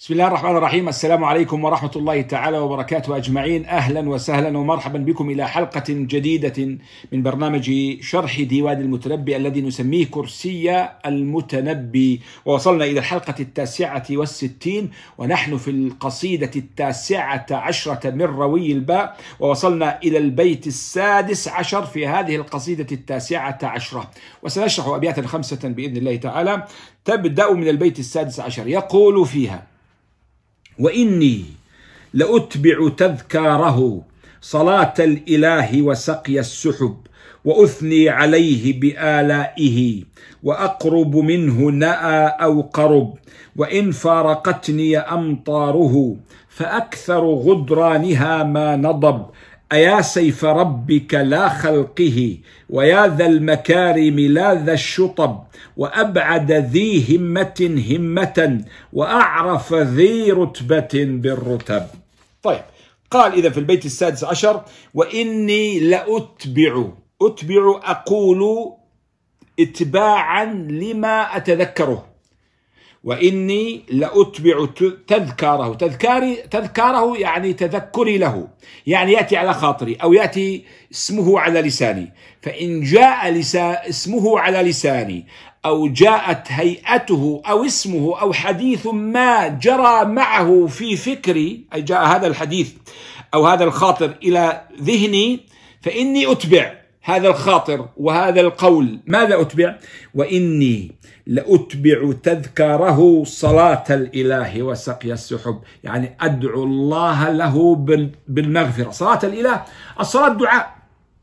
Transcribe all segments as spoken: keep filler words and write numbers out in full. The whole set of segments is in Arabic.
بسم الله الرحمن الرحيم. السلام عليكم ورحمة الله تعالى وبركاته أجمعين. أهلا وسهلا ومرحبا بكم إلى حلقة جديدة من برنامج شرح ديوان المتنبي الذي نسميه كرسي المتنبي. ووصلنا إلى الحلقة التاسعة والستين ونحن في القصيدة التاسعة عشرة من روي الباء، ووصلنا إلى البيت السادس عشر في هذه القصيدة التاسعة عشرة، وسنشرح أبياتا خمسة بإذن الله تعالى. تبدأ من البيت السادس عشر، يقول فيها: وإني لأتبع تذكاره صلاة الإله وسقي السحب، وأثني عليه بآلائه وأقرب منه نأى أو قرب، وإن فارقتني أمطاره فأكثر غدرانها ما نضب، أيا سيف ربك لا خلقه ويا ذا المكارم لا ذا الشطب، وأبعد ذي همة همة وأعرف ذي رتبة بالرتب. طيب، قال إذا في البيت السادس عشر: وإني لأتبع، أتبع أقول اتباعا لما أتذكره، وإني لأتبع تذكاره، تذكاري تذكاره يعني تذكري له، يعني يأتي على خاطري أو يأتي اسمه على لساني. فإن جاء لسان اسمه على لساني أو جاءت هيئته أو اسمه أو حديث ما جرى معه في فكري، أي جاء هذا الحديث أو هذا الخاطر إلى ذهني، فإني أتبع هذا الخاطر وهذا القول. ماذا أتبع؟ وإني لأتبع تذكاره صلاة الإله وسقي السحب، يعني أدعو الله له بالمغفرة. صلاة الإله، الصلاة دعاء،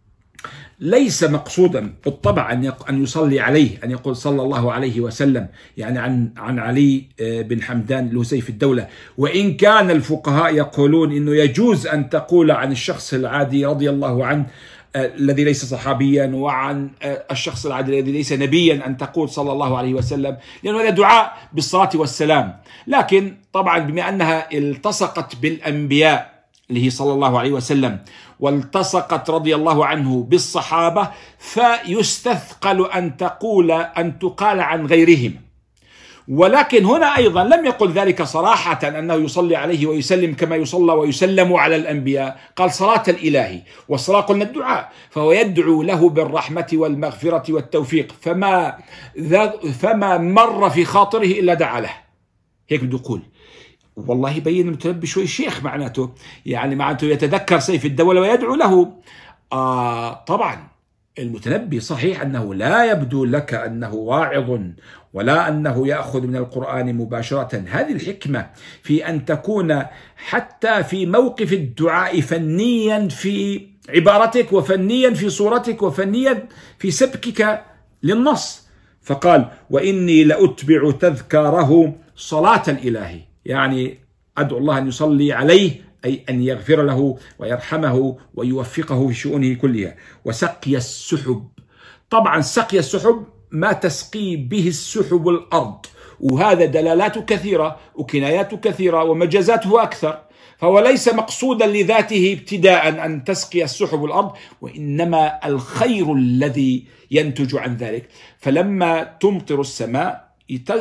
ليس مقصودا بالطبع أن يصلي عليه، أن يقول صلى الله عليه وسلم، يعني عن عن علي بن حمدان له سيف الدولة. وإن كان الفقهاء يقولون إنه يجوز أن تقول عن الشخص العادي رضي الله عنه الذي ليس صحابيا، وعن الشخص العادي الذي ليس نبيا أن تقول صلى الله عليه وسلم، لأنه هذا دعاء بالصلاة والسلام. لكن طبعا بما أنها التصقت بالأنبياء اللي هي صلى الله عليه وسلم، والتصقت رضي الله عنه بالصحابة، فيستثقل أن تقول أن تقال عن غيرهم. ولكن هنا أيضا لم يقل ذلك صراحة أنه يصلي عليه ويسلم كما يصلى ويسلم على الأنبياء، قال صلاة الإله، والصلاة قلنا الدعاء، فهو يدعو له بالرحمة والمغفرة والتوفيق، فما فما مر في خاطره إلا دعا له. هيك بده يقول. والله يبين المتنبي شوي شيخ، معناته يعني معناته يتذكر سيف الدولة ويدعو له. آه طبعا المتنبي صحيح أنه لا يبدو لك أنه واعظ ولا أنه يأخذ من القرآن مباشرة. هذه الحكمة في أن تكون حتى في موقف الدعاء فنيا في عبارتك، وفنيا في صورتك، وفنيا في سبكك للنص. فقال: وإني لأتبع تذكاره صلاة الإله، يعني أدعو الله أن يصلي عليه، أي أن يغفر له ويرحمه ويوفقه في شؤونه كلها. وسقي السحب، طبعا سقي السحب ما تسقي به السحب الأرض، وهذا دلالات كثيرة وكنايات كثيرة ومجازاته أكثر، فهو ليس مقصودا لذاته ابتداء أن تسقي السحب الأرض، وإنما الخير الذي ينتج عن ذلك. فلما تمطر السماء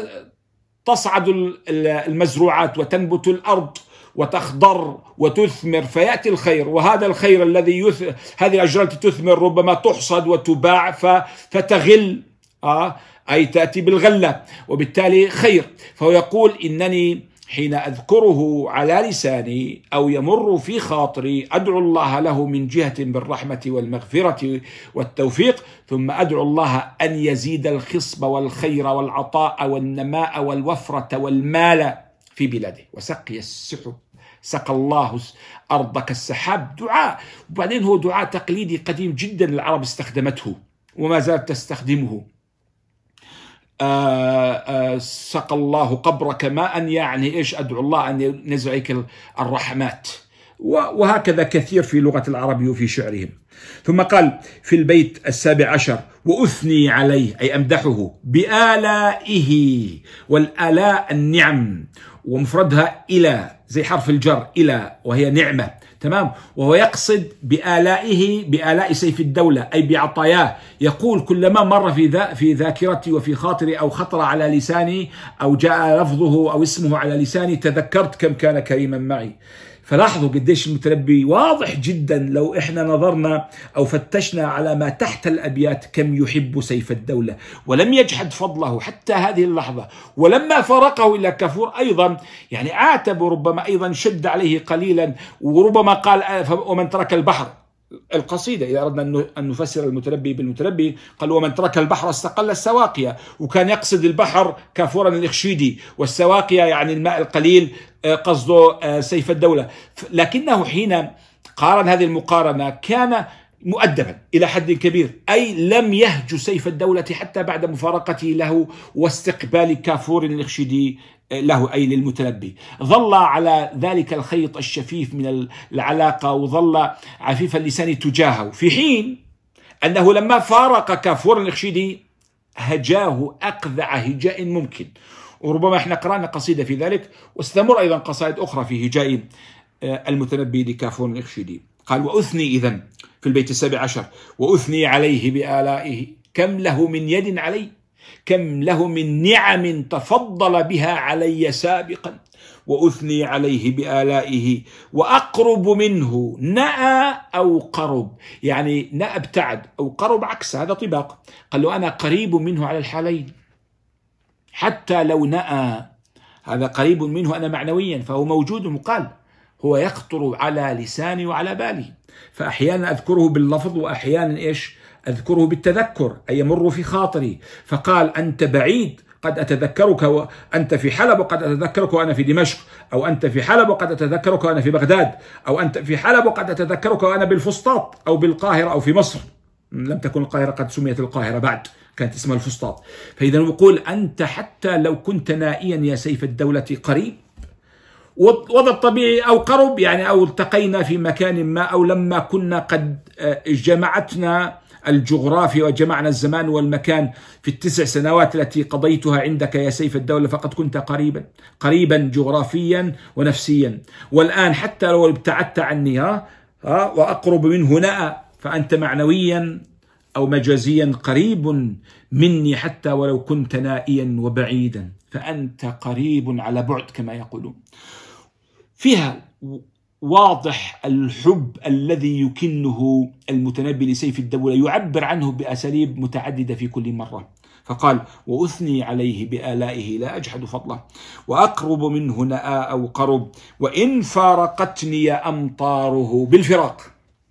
تصعد المزروعات وتنبت الأرض وتخضر وتثمر، فيأتي الخير، وهذا الخير الذي يث... هذه الأشجار التي تثمر ربما تحصد وتباع ف... فتغل، آه أي تأتي بالغلة، وبالتالي خير. فهو يقول: إنني حين أذكره على لساني أو يمر في خاطري أدعو الله له من جهة بالرحمة والمغفرة والتوفيق، ثم أدعو الله أن يزيد الخصب والخير والعطاء والنماء والوفرة والمال في بلاده. وسقي السحب، سقى الله أرضك السحاب، دعاء، وبعدين هو دعاء تقليدي قديم جدا العرب استخدمته وما زالت تستخدمه. آآ آآ سقى الله قبرك ماء، يعني إيش؟ أدعو الله أن ينزعك الرحمات. وهكذا كثير في لغة العرب وفي شعرهم. ثم قال في البيت السابع عشر: وأثني عليه، أي أمدحه بآلائه، والآلاء النعم، ومفردها إلى، زي حرف الجر إلى، وهي نعمة، تمام. وهو يقصد بآلائه بآلاء سيف الدولة أي بعطاياه. يقول كلما مر في ذا في ذاكرتي وفي خاطري أو خطر على لساني أو جاء لفظه أو اسمه على لساني تذكرت كم كان كريما معي. فلاحظوا قديش المتنبي واضح جدا لو احنا نظرنا او فتشنا على ما تحت الابيات كم يحب سيف الدولة، ولم يجحد فضله حتى هذه اللحظة. ولما فارقه الى كافور ايضا يعني عاتب، ربما ايضا شد عليه قليلا، وربما قال ومن ترك البحر. القصيدة إذا أردنا أن نفسر المتنبي بالمتنبي قال ومن ترك البحر استقل السواقية، وكان يقصد البحر كافورا الإخشيدي، والسواقية يعني الماء القليل قصده سيف الدولة. لكنه حين قارن هذه المقارنة كان مؤدبا إلى حد كبير، أي لم يهج سيف الدولة حتى بعد مفارقته له واستقبال كافور الإخشيدي له أي للمتنبي. ظل على ذلك الخيط الشفيف من العلاقة، وظل عفيف اللسان تجاهه، في حين أنه لما فارق كافور الإخشيدي هجاه أقذع هجاء ممكن. وربما احنا قرأنا قصيدة في ذلك، واستمر أيضا قصائد أخرى في هجاء المتنبي لكافور الإخشيدي. قال وأثني إذن في البيت السابع عشر وأثني عليه بآلائه كم له من يد علي، كم له من نعم تفضل بها علي سابقا، وأثني عليه بآلائه وأقرب منه نأى أو قرب. يعني نأى ابتعد أو قرب عكس، هذا طباق. قال له أنا قريب منه على الحالين، حتى لو نأى هذا قريب منه أنا معنويا، فهو موجود مقال، هو يخطر على لساني وعلى بالي، فأحيانا أذكره باللفظ وأحيانا إيش أذكره بالتذكر أي يمر في خاطري. فقال أنت بعيد قد أتذكرك وأنت في حلب وقد أتذكرك وأنا في دمشق، أو أنت في حلب وقد أتذكرك وأنا في بغداد، أو أنت في حلب وقد أتذكرك وأنا بالفسطاط أو بالقاهرة أو في مصر. لم تكن القاهرة قد سميت القاهرة بعد، كانت اسمها الفسطاط. فإذا يقول أنت حتى لو كنت نائيا يا سيف الدولة قريب، وضع الطبيعي أو قرب يعني أو التقينا في مكان ما، أو لما كنا قد جمعتنا الجغرافيا وجمعنا الزمان والمكان في التسع سنوات التي قضيتها عندك يا سيف الدولة، فقد كنت قريبا قريبا جغرافيا ونفسيا. والآن حتى لو ابتعدت عني ها ها وأقرب منه نأى، فأنت معنويا أو مجازيا قريب مني حتى ولو كنت نائيا وبعيدا، فأنت قريب على بعد كما يقولون. فيها واضح الحب الذي يكنه المتنبي لسيف الدولة، يعبر عنه بأساليب متعددة في كل مرة. فقال وأثني عليه بآلائه لا أجحد فضله، وأقرب منه نآ أو قرب، وإن فارقتني أمطاره بالفراق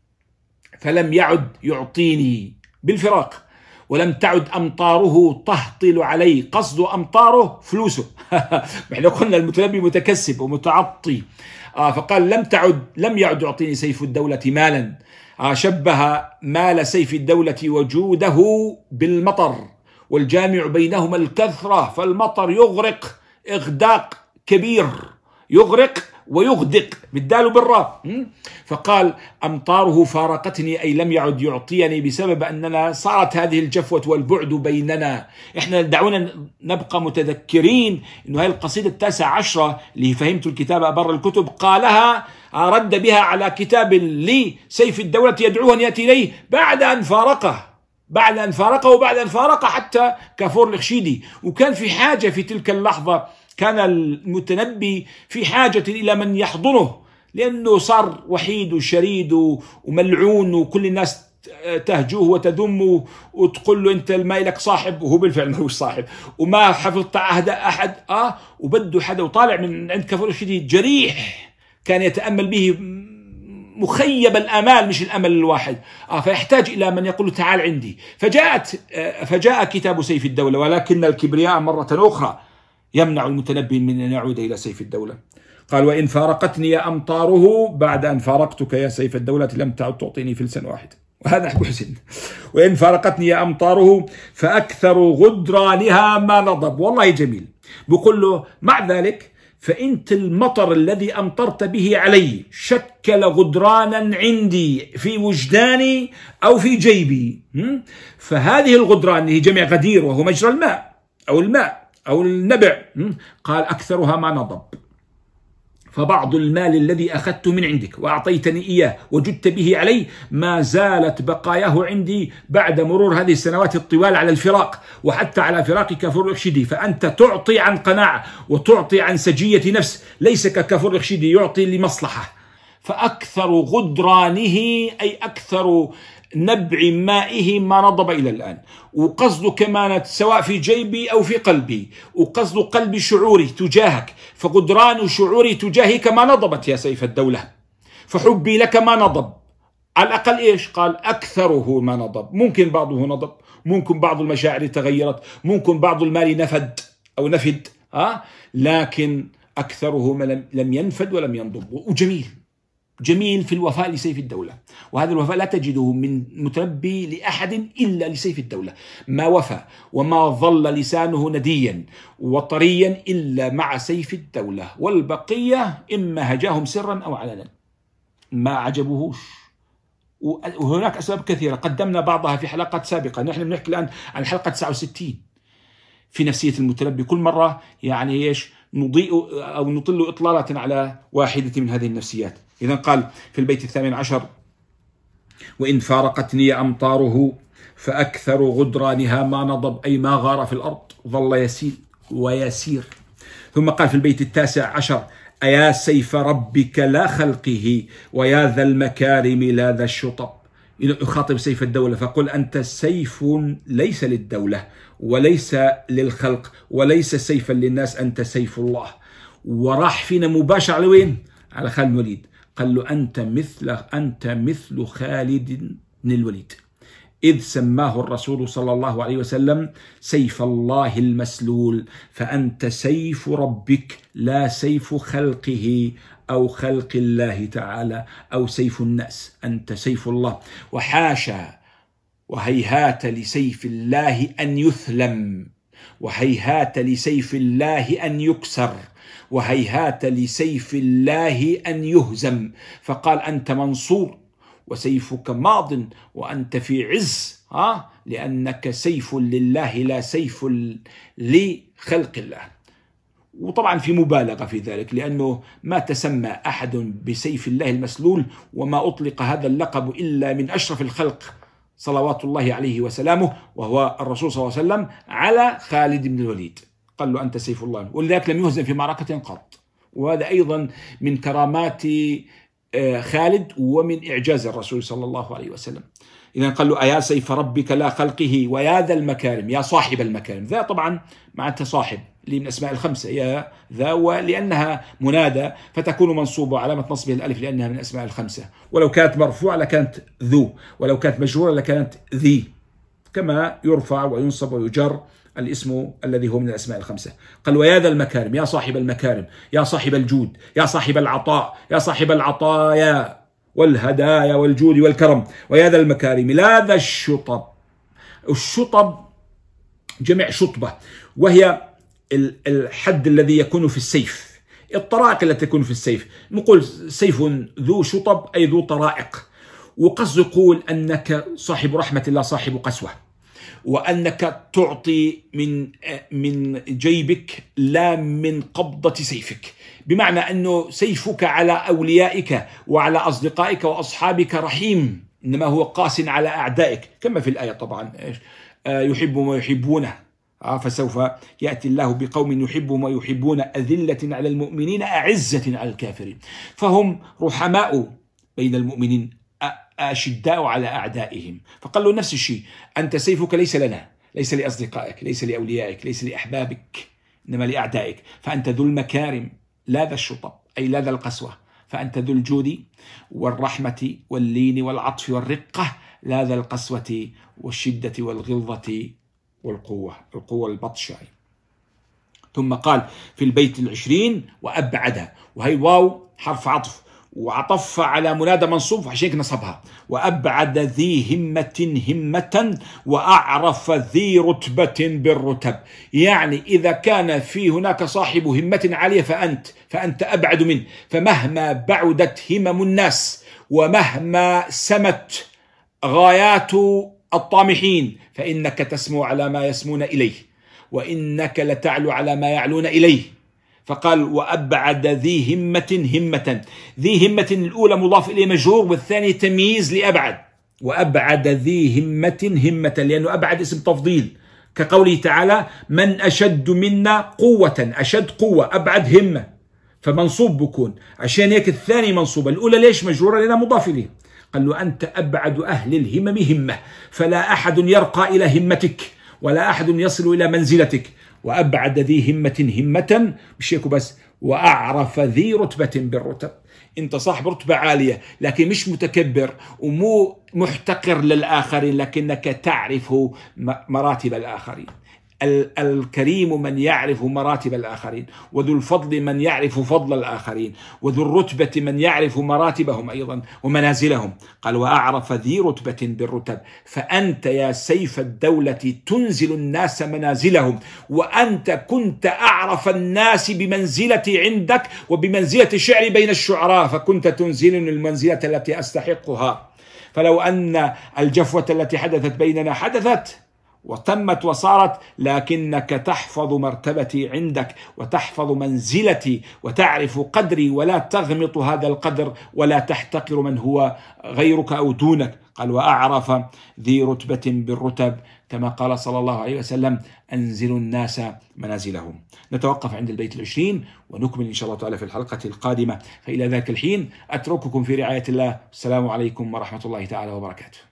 فلم يعد يعطيني بالفراق، ولم تعد أمطاره تهطل علي. قصد أمطاره فلوسه احنا قلنا المتنبي متكسب ومتعطي. آه فقال لم تعد لم يعد يعطيني سيف الدولة مالا. آه شبه مال سيف الدولة وجوده بالمطر، والجامع بينهما الكثرة، فالمطر يغرق إغداق كبير، يغرق ويغدق بالدال بالراء. فقال أمطاره فارقتني أي لم يعد يعطيني بسبب أننا صارت هذه الجفوة والبعد بيننا. إحنا دعونا نبقى متذكرين أنه هذه القصيدة التاسعة عشرة اللي فهمت الكتاب أبر الكتب قالها رد بها على كتاب لسيف الدولة يدعوه أن يأتي إليه بعد أن فارقه بعد أن فارقه وبعد أن فارق حتى كافور الإخشيدي. وكان في حاجة في تلك اللحظة، كان المتنبي في حاجة إلى من يحضنه، لأنه صار وحيد وشريد وملعون، وكل الناس تهجوه وتذمه وتقول له أنت ما لك صاحب، وهو بالفعل ما هوش صاحب، وما حفظت عهد أحد. آه وبده حدا، وطالع من عند كافور الإخشيدي جريح كان يتأمل به مخيب الآمال، مش الأمل الواحد. آه فيحتاج إلى من يقول تعال عندي. فجاءت آه فجاء كتاب سيف الدولة، ولكن الكبرياء مرة أخرى يمنع المتنبي من أن يعود إلى سيف الدولة. قال وإن فارقتني أمطاره بعد أن فارقتك يا سيف الدولة لم تعد تعطيني فلسا واحد. وهذا أبو حسن. وإن فارقتني أمطاره فأكثر غدرانها ما نضب. والله جميل. بقول له مع ذلك فإنت المطر الذي أمطرت به علي شكل غدرانا عندي في وجداني أو في جيبي. فهذه الغدران هي جمع غدير وهو مجرى الماء أو الماء أو النبع. قال أكثرها ما نضب. فبعض المال الذي أخذت من عندك وأعطيتني إياه وجدت به علي ما زالت بقاياه عندي بعد مرور هذه السنوات الطوال على الفراق، وحتى على فراق كافور رشيدي. فأنت تعطي عن قناعة وتعطي عن سجية نفس، ليس ككافور رشيدي يعطي لمصلحة. فأكثر غدرانه أي أكثر نبع مائه ما نضب إلى الآن. وقصد كمان سواء في جيبي أو في قلبي، وقصد قلبي شعوري تجاهك، فغدران شعوري تجاهك ما نضبت يا سيف الدولة، فحبي لك ما نضب. على الأقل إيش قال؟ أكثره ما نضب. ممكن بعضه نضب، ممكن بعض المشاعر تغيرت، ممكن بعض المال نفد أو نفد، ها؟ لكن أكثره لم ينفد ولم ينضب. وجميل جميل في الوفاء لسيف الدولة، وهذا الوفاء لا تجده من متنبي لأحد إلا لسيف الدولة. ما وفى وما ظل لسانه نديا وطريا إلا مع سيف الدولة، والبقية إما هجاهم سرا أو علنا ما عجبوهوش. وهناك أسباب كثيرة قدمنا بعضها في حلقات سابقة. نحن بنحكي الآن عن حلقة تسعة وستين في نفسية المتنبي. كل مرة يعني إيش نضيء أو نطل إطلالة على واحدة من هذه النفسيات. إذا قال في البيت الثامن عشر: وإن فارقتني أمطاره فأكثر غدرانها ما نضب، أي ما غار في الأرض، ظل يسير ويسير. ثم قال في البيت التاسع عشر: أيا سيف ربك لا خلقه ويا ذا المكارم لا ذا الشطب. يخاطب سيف الدولة فقل: أنت سيف ليس للدولة وليس للخلق وليس سيفا للناس، أنت سيف الله. وراح فينا مباشر على وين؟ على خالد بن الوليد. قال له: أنت مثل أنت مثل خالد بن الوليد، إذ سماه الرسول صلى الله عليه وسلم سيف الله المسلول، فأنت سيف ربك لا سيف خلقه أو خلق الله تعالى أو سيف الناس، أنت سيف الله. وحاشا وهيهات لسيف الله أن يثلم، وهيهات لسيف الله أن يكسر، وهيهات لسيف الله أن يهزم. فقال: أنت منصور وسيفك ماض وأنت في عز، ها؟ لأنك سيف لله لا سيف لخلق الله. وطبعا في مبالغة في ذلك، لأنه ما تسمى أحد بسيف الله المسلول وما أطلق هذا اللقب إلا من أشرف الخلق صلوات الله عليه وسلامه، وهو الرسول صلى الله عليه وسلم، على خالد بن الوليد. قال له: أنت سيف الله، ولذلك لم يهزم في معركة قط. وهذا أيضا من كرامات خالد ومن إعجاز الرسول صلى الله عليه وسلم. إذا قال له: أيا سيف ربك لا خلقه ويا ذا المكارم، يا صاحب المكارم. ذا طبعا معناتها صاحب، اللي من أسماء الخمسة، يا ذا، ولأنها منادى فتكون منصوبة علامة نصبه الألف لأنها من أسماء الخمسة. ولو كانت مرفوعة لكانت ذو، ولو كانت مجرورة لكانت ذي، كما يرفع وينصب ويجر الاسم الذي هو من الأسماء الخمسة. قال: ويا ذا المكارم، يا صاحب المكارم، يا صاحب الجود، يا صاحب العطاء، يا صاحب العطايا والهدايا والجود والكرم، ويا ذا المكارم لا ذا الشطب. الشطب جمع شطبة، وهي الحد الذي يكون في السيف، الطرائق التي تكون في السيف. نقول سيف ذو شطب أي ذو طرائق، وقصد يقول أنك صاحب رحمة الله صاحب قسوة، وأنك تعطي من من جيبك لا من قبضة سيفك، بمعنى أنه سيفك على أوليائك وعلى أصدقائك وأصحابك رحيم، إنما هو قاس على أعدائك، كما في الآية طبعا: يحبهم ويحبونه، فسوف يأتي الله بقوم يحبهم ويحبون أذلة على المؤمنين أعزة على الكافرين. فهم رحماء بين المؤمنين أشداء على أعدائهم. فقال له نفس الشيء: أنت سيفك ليس لنا، ليس لأصدقائك، ليس لأوليائك، ليس لأحبابك، إنما لأعدائك. فأنت ذو المكارم لا ذا الشطب أي لا ذا القسوة، فأنت ذو الجود والرحمة واللين والعطف والرقة لا ذا القسوة والشدة والغلظة والقوة، القوة البطش. ثم قال في البيت العشرين: وأبعد، وهي واو حرف عطف وعطف على منادى منصوب عشان نصبها. وأبعد ذي همة همة وأعرف ذي رتبة بالرتب، يعني إذا كان في هناك صاحب همة عالية فأنت فأنت أبعد منه. فمهما بعدت همم الناس ومهما سمت غايات الطامحين فإنك تسمو على ما يسمون إليه، وإنك لتعلو على ما يعلون إليه. فقال وأبعد ذي همة همة. ذي همة الأولى مضاف إليه مجرور، والثاني تمييز لأبعد. وأبعد ذي همة همة، لأنه أبعد اسم تفضيل، كقوله تعالى من أشد منا قوة. أشد قوة، أبعد همة، فمنصوب بكون. عشان هيك الثاني منصوب. الأولى ليش مجرورة؟ لأنها مضاف إليه. قال له أنت أبعد أهل الهمم همة، فلا أحد يرقى إلى همتك ولا أحد يصل إلى منزلتك. وأبعد ذي همة همة، مش هيك بس، وأعرف ذي رتبة بالرتب. أنت صاحب رتبة عالية، لكن مش متكبر ومو محتقر للآخرين، لكنك تعرف مراتب الآخرين. الكريم من يعرف مراتب الآخرين، وذو الفضل من يعرف فضل الآخرين، وذو الرتبة من يعرف مراتبهم أيضا ومنازلهم. قال وأعرف ذي رتبة بالرتب. فأنت يا سيف الدولة تنزل الناس منازلهم، وأنت كنت أعرف الناس بمنزلتي عندك وبمنزلة الشعر بين الشعراء، فكنت تنزلني المنزلة التي أستحقها. فلو أن الجفوة التي حدثت بيننا حدثت وتمت وصارت، لكنك تحفظ مرتبتي عندك وتحفظ منزلتي وتعرف قدري، ولا تغمط هذا القدر ولا تحتقر من هو غيرك أو دونك. قال وأعرف ذي رتبة بالرتب، كما قال صلى الله عليه وسلم أنزلوا الناس منازلهم. نتوقف عند البيت العشرين ونكمل إن شاء الله تعالى في الحلقة القادمة. فإلى ذاك الحين أترككم في رعاية الله. السلام عليكم ورحمة الله تعالى وبركاته.